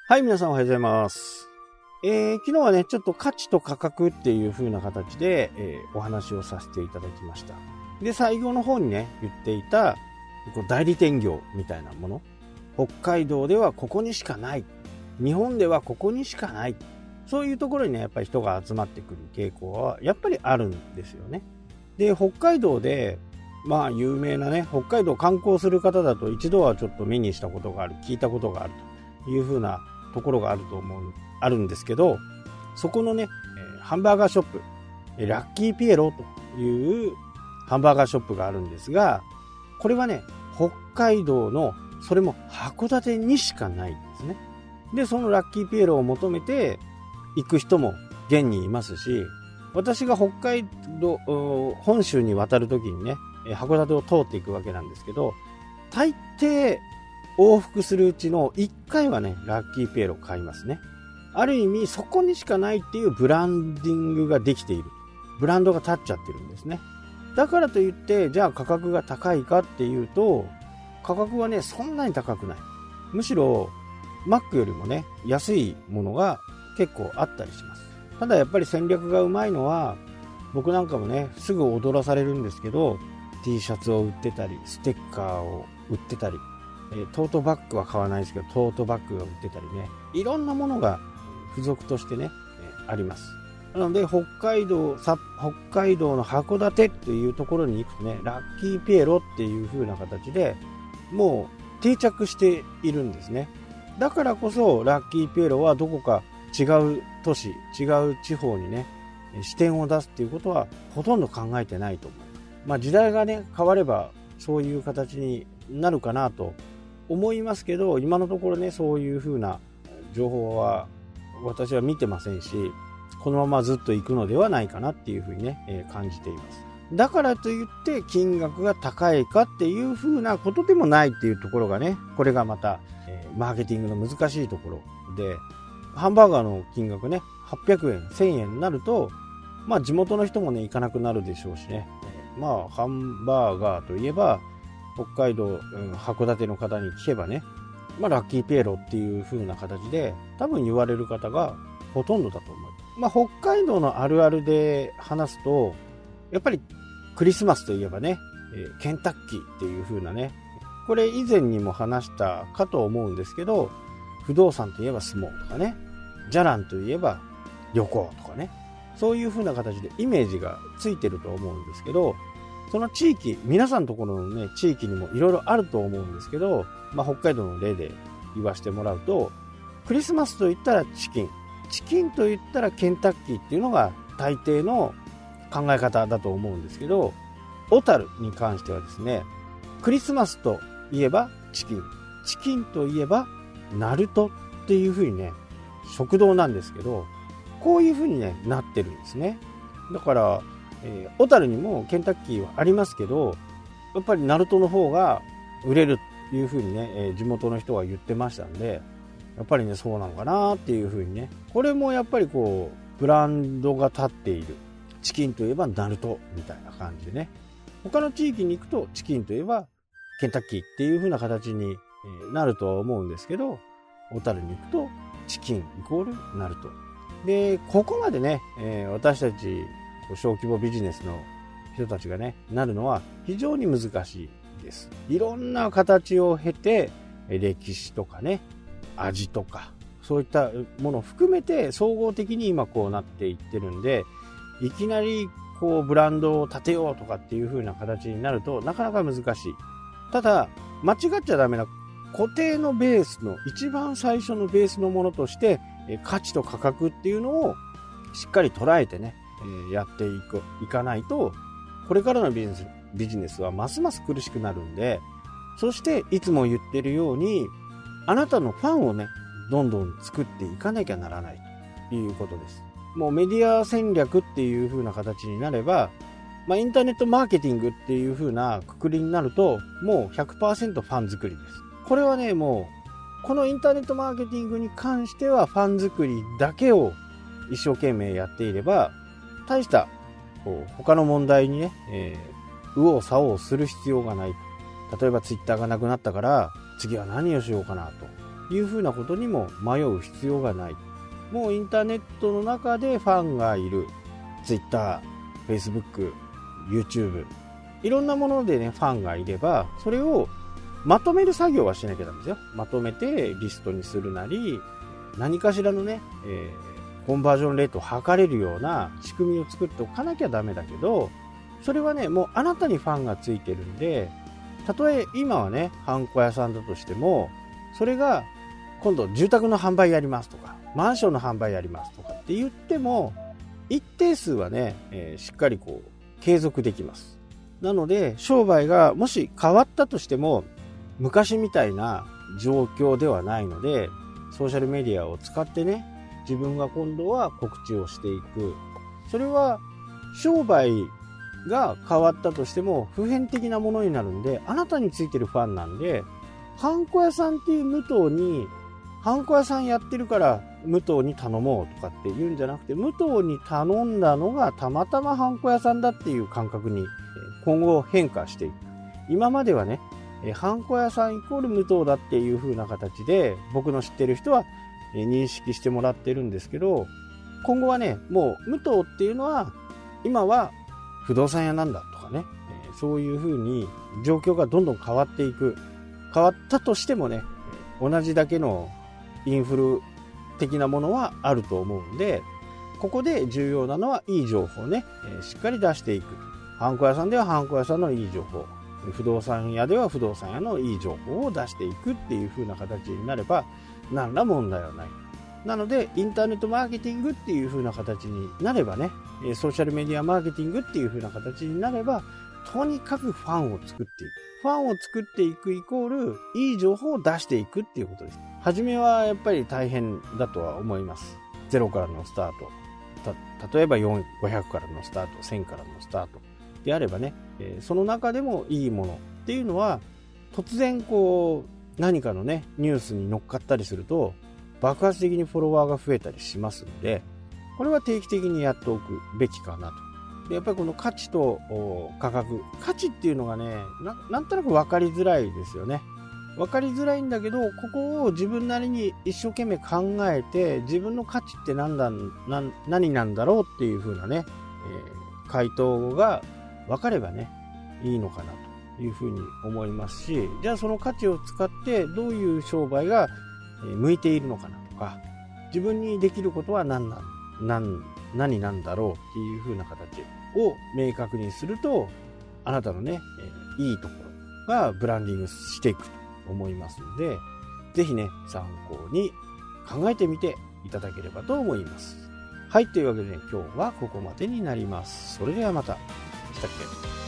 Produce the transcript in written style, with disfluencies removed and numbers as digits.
はい、皆さんおはようございます。昨日はね、ちょっと価値と価格っていう風な形で、お話をさせていただきました。で、最後の方にね、言っていた、代理店業みたいなもの。北海道ではここにしかない。日本ではここにしかない。そういうところにね、やっぱり人が集まってくる傾向は、やっぱりあるんですよね。で、北海道で、有名なね、北海道を観光する方だと一度はちょっと目にしたことがある、聞いたことがあるという風なところがあるんですけど、そこのね、ハンバーガーショップ、ラッキーピエロというハンバーガーショップがあるんですが、これはね、北海道の、それも函館にしかないんですね。で、そのラッキーピエロを求めて行く人も現にいますし、私が北海道、本州に渡るときにね、函館を通っていくわけなんですけど、大抵往復するうちの1回はね、ラッキーピエロ買いますね。ある意味そこにしかないっていうブランディングができている。ブランドが立っちゃってるんですね。だからといって、じゃあ価格が高いかっていうと、価格はね、そんなに高くない。むしろ、マックよりもね、安いものが結構あったりします。ただやっぱり戦略がうまいのは、僕なんかもね、すぐ踊らされるんですけど、T シャツを売ってたり、ステッカーを売ってたり、トートバッグは買わないですけど、トートバッグが売ってたりね、いろんなものが付属としてね、あります。なので北海道の函館というところに行くとね、ラッキーピエロっていう風な形でもう定着しているんですね。だからこそラッキーピエロはどこか違う都市、違う地方にね、視点を出すっていうことはほとんど考えてないと思う。時代がね、変わればそういう形になるかなと思いますけど、今のところね、そういう風な情報は私は見てませんし、このままずっと行くのではないかなっていう風にね、感じています。だからといって金額が高いかっていう風なことでもないっていうところがね、これがまた、マーケティングの難しいところで、ハンバーガーの金額ね、800円、1000円になると、地元の人もね、行かなくなるでしょうしね。ハンバーガーといえば、北海道、函館の方に聞けばね、ラッキーピエロっていう風な形で多分言われる方がほとんどだと思う。北海道のあるあるで話すと、やっぱりクリスマスといえばね、ケンタッキーっていう風なね、これ以前にも話したかと思うんですけど、不動産といえば相撲とかね、じゃらんといえば旅行とかね、そういう風な形でイメージがついてると思うんですけど、その地域、皆さんのところのね、地域にもいろいろあると思うんですけど、北海道の例で言わせてもらうと、クリスマスと言ったらチキンと言ったらケンタッキーっていうのが大抵の考え方だと思うんですけど、小樽に関してはですね、クリスマスといえばチキンといえばナルトっていう風にね、食堂なんですけど、こういう風にね、なってるんですね。だから小樽にもケンタッキーはありますけど、やっぱりナルトの方が売れるっていう風にね、地元の人は言ってましたんで、やっぱりね、そうなのかなっていう風にね、これもやっぱりこうブランドが立っている。チキンといえばナルトみたいな感じでね、他の地域に行くとチキンといえばケンタッキーっていう風な形になるとは思うんですけど、小樽に行くとチキンイコールナルトで、ここまでね、私たち小規模ビジネスの人たちがね、なるのは非常に難しいです。いろんな形を経て、歴史とかね、味とか、そういったものを含めて総合的に今こうなっていってるんで、いきなりこうブランドを立てようとかっていう風な形になるとなかなか難しい。ただ、間違っちゃダメな固定のベースの一番最初のベースのものとして、価値と価格っていうのをしっかり捉えてね、やっていかないと、これからのビジネスはますます苦しくなるんで、そしていつも言ってるように、あなたのファンをね、どんどん作っていかなきゃならないということです。もうメディア戦略っていう風な形になれば、インターネットマーケティングっていう風なくくりになると、もう 100% ファン作りです。これはね、もうこのインターネットマーケティングに関してはファン作りだけを一生懸命やっていれば、大した他の問題にね、右往左往する必要がない。例えばツイッターがなくなったから次は何をしようかなというふうなことにも迷う必要がない。もうインターネットの中でファンがいる。Twitter、Facebook、YouTube、いろんなものでね、ファンがいれば、それをまとめる作業はしなきゃダメですよ。まとめてリストにするなり、何かしらのね、コンバージョンレートを測れるような仕組みを作っておかなきゃダメだけど、それはね、もうあなたにファンがついてるんで、たとえ今はね、ハンコ屋さんだとしても、それが今度住宅の販売やりますとか、マンションの販売やりますとかって言っても、一定数はね、しっかりこう継続できます。なので商売がもし変わったとしても昔みたいな状況ではないので、ソーシャルメディアを使ってね、自分が今度は告知をしていく。それは商売が変わったとしても普遍的なものになるんで、あなたについてるファンなんで、ハンコ屋さんっていう武藤に、ハンコ屋さんやってるから武藤に頼もうとかって言うんじゃなくて、武藤に頼んだのがたまたまハンコ屋さんだっていう感覚に今後変化していく。今まではね、ハンコ屋さんイコール武藤だっていう風な形で僕の知ってる人は認識してもらってるんですけど、今後はね、もう武藤っていうのは今は不動産屋なんだとかね、そういう風に状況がどんどん変わっていく。変わったとしてもね、同じだけのインフル的なものはあると思うんで、ここで重要なのはいい情報をね、しっかり出していく。ハンコ屋さんではハンコ屋さんのいい情報、不動産屋では不動産屋のいい情報を出していくっていう風な形になれば何ら問題はない。なのでインターネットマーケティングっていう風な形になればね、ソーシャルメディアマーケティングっていう風な形になれば、とにかくファンを作っていく。ファンを作っていくイコールいい情報を出していくっていうことです。初めはやっぱり大変だとは思います。ゼロからのスタート。例えば500からのスタート、1000からのスタートであればね、その中でもいいものっていうのは突然こう何かのねニュースに乗っかったりすると爆発的にフォロワーが増えたりしますので、これは定期的にやっておくべきかなと。でやっぱりこの価値と価格、価値っていうのがね、なんとなく分かりづらいですよね。分かりづらいんだけど、ここを自分なりに一生懸命考えて、自分の価値って何なんだろうっていう風なね、回答が分かればね、いいのかなという風に思いますし、じゃあその価値を使ってどういう商売が向いているのかなとか、自分にできることは何なんだろうっていう風な形を明確にすると、あなたのね、いいところがブランディングしていくと思いますので、ぜひね、参考に考えてみていただければと思います。はい、というわけでね、今日はここまでになります。それではまた。したっけ？